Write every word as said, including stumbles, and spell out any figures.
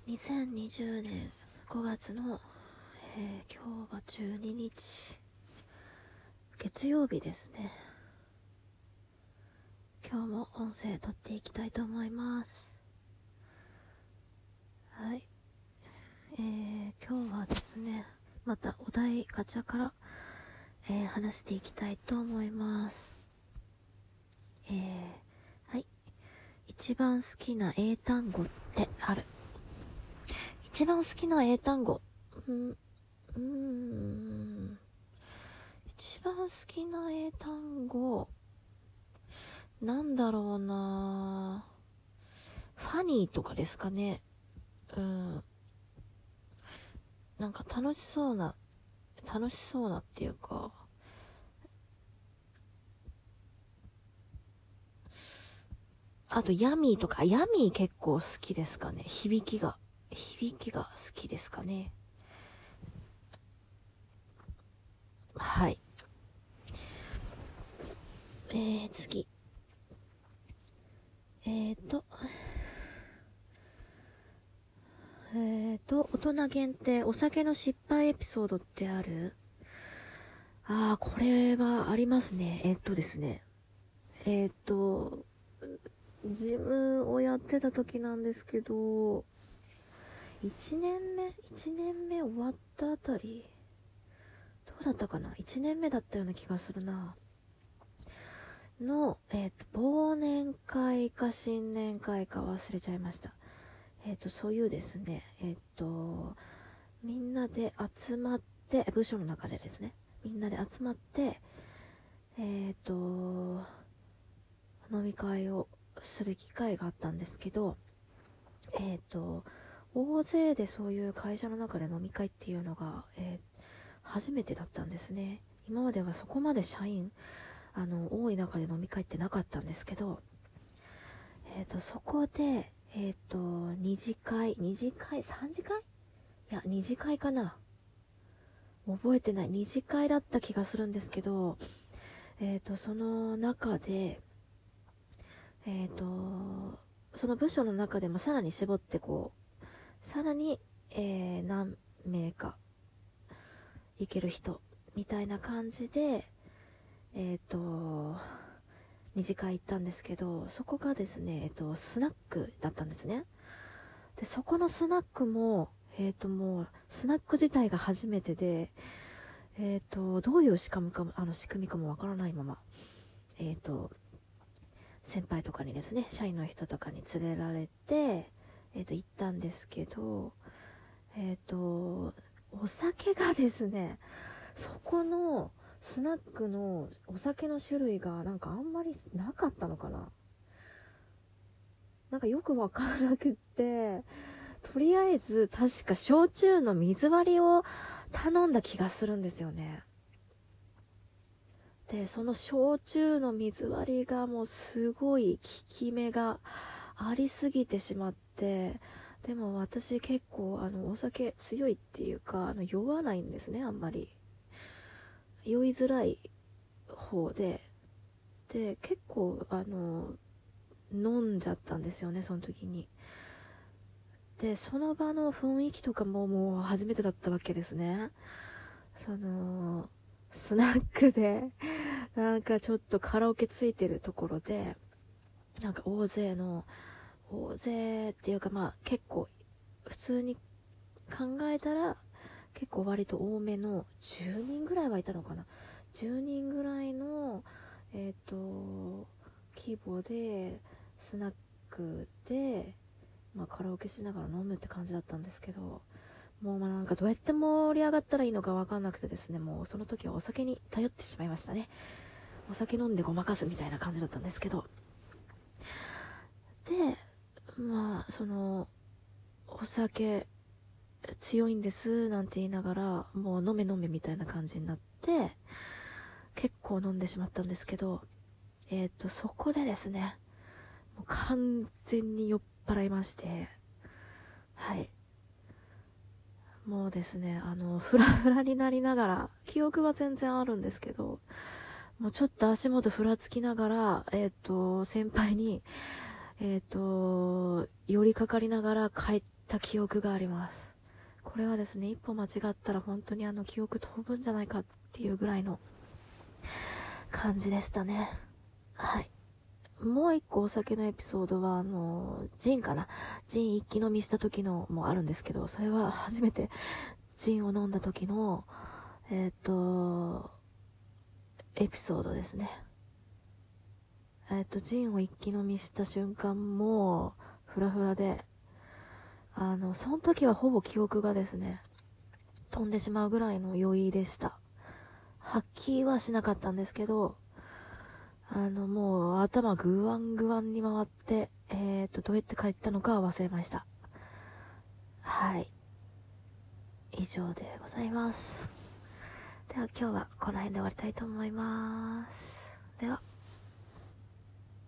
にせんにじゅうねんごがつの、えー、今日はじゅうににち月曜日ですね。今日も音声撮っていきたいと思います。はい、えー、今日はですね、またお題ガチャから、えー、話していきたいと思います。えー、はい一番好きな英単語ってある？一番好きな英単語、うん、うーん一番好きな英単語なんだろうな。ファニーとかですかね。うんなんか楽しそうな楽しそうなっていうか、あとヤミーとか、ヤミー結構好きですかね。響きが響きが好きですかね。はい。えー、次。えーと、えーと、大人限定、お酒の失敗エピソードってある？あー、これはありますね。えーっとですね。えーっと、ジムをやってた時なんですけど、いちねんめ ?いち 年目終わったあたりどうだったかな ?いち 年目だったような気がするな。の、えっと、忘年会か新年会か忘れちゃいました。えっと、そういうですね、えっと、みんなで集まって、部署の中でですね、みんなで集まって、えっと、飲み会をする機会があったんですけど、えっと、大勢でそういう会社の中で飲み会っていうのが、えー、初めてだったんですね。今まではそこまで社員、あの、多い中で飲み会ってなかったんですけど、えっと、そこで、えっと、二次会、二次会、三次会？いや、二次会かな。覚えてない。二次会だった気がするんですけど、えっと、その中で、えっと、その部署の中でもさらに絞ってこう、さらに、えー、何名かいける人みたいな感じで、えっと、二次会行ったんですけど、そこがですね、えっと、スナックだったんですね。で、そこのスナックも、えっと、もう、スナック自体が初めてで、えっと、どういう仕組みかも、あの、仕組みかもわからないまま、えっと、先輩とかにですね、社員の人とかに連れられて、えっと、行ったんですけど、えっと、お酒がですね、そこのスナックのお酒の種類がなんかあんまりなかったのかな。なんかよくわからなくって、とりあえず確か焼酎の水割りを頼んだ気がするんですよね。で、その焼酎の水割りがもうすごい効き目がありすぎてしまって、でも私結構あのお酒強いっていうか、あの酔わないんですね、あんまり。酔いづらい方で、で、結構あの飲んじゃったんですよね、その時に。で、その場の雰囲気とかももう初めてだったわけですね。その、スナックで、なんかちょっとカラオケついてるところで、なんか大勢の、大勢っていうかまあ結構、普通に考えたら、結構割と多めの、じゅうにんぐらいはいたのかな。じゅうにんぐらいの、えっと、規模で、スナックで、まあカラオケしながら飲むって感じだったんですけど、もうまあなんかどうやって盛り上がったらいいのか分かんなくてですね、もうその時はお酒に頼ってしまいましたね。お酒飲んでごまかすみたいな感じだったんですけど、でまあそのお酒強いんですなんて言いながら、もう飲め飲めみたいな感じになって結構飲んでしまったんですけど、えっとそこでですね、もう完全に酔っ払いまして、はい、もうですね、あのフラフラになりながら、記憶は全然あるんですけど、もうちょっと足元ふらつきながら、えっと先輩にえっと寄りかかりながら帰った記憶があります。これはですね、一歩間違ったら本当にあの記憶飛ぶんじゃないかっていうぐらいの感じでしたね。はい。もう一個お酒のエピソードは、あの、ジンかな。ジン一気飲みした時のもあるんですけど、それは初めてジンを飲んだ時の、えっと、エピソードですね。えっと、ジンを一気飲みした瞬間も、フラフラで、あの、その時はほぼ記憶がですね、飛んでしまうぐらいの酔いでした。発揮はしなかったんですけど、あの、もう頭グワングワンに回って、えっと、どうやって帰ったのかは忘れました。はい。以上でございます。では今日はこの辺で終わりたいと思います。では。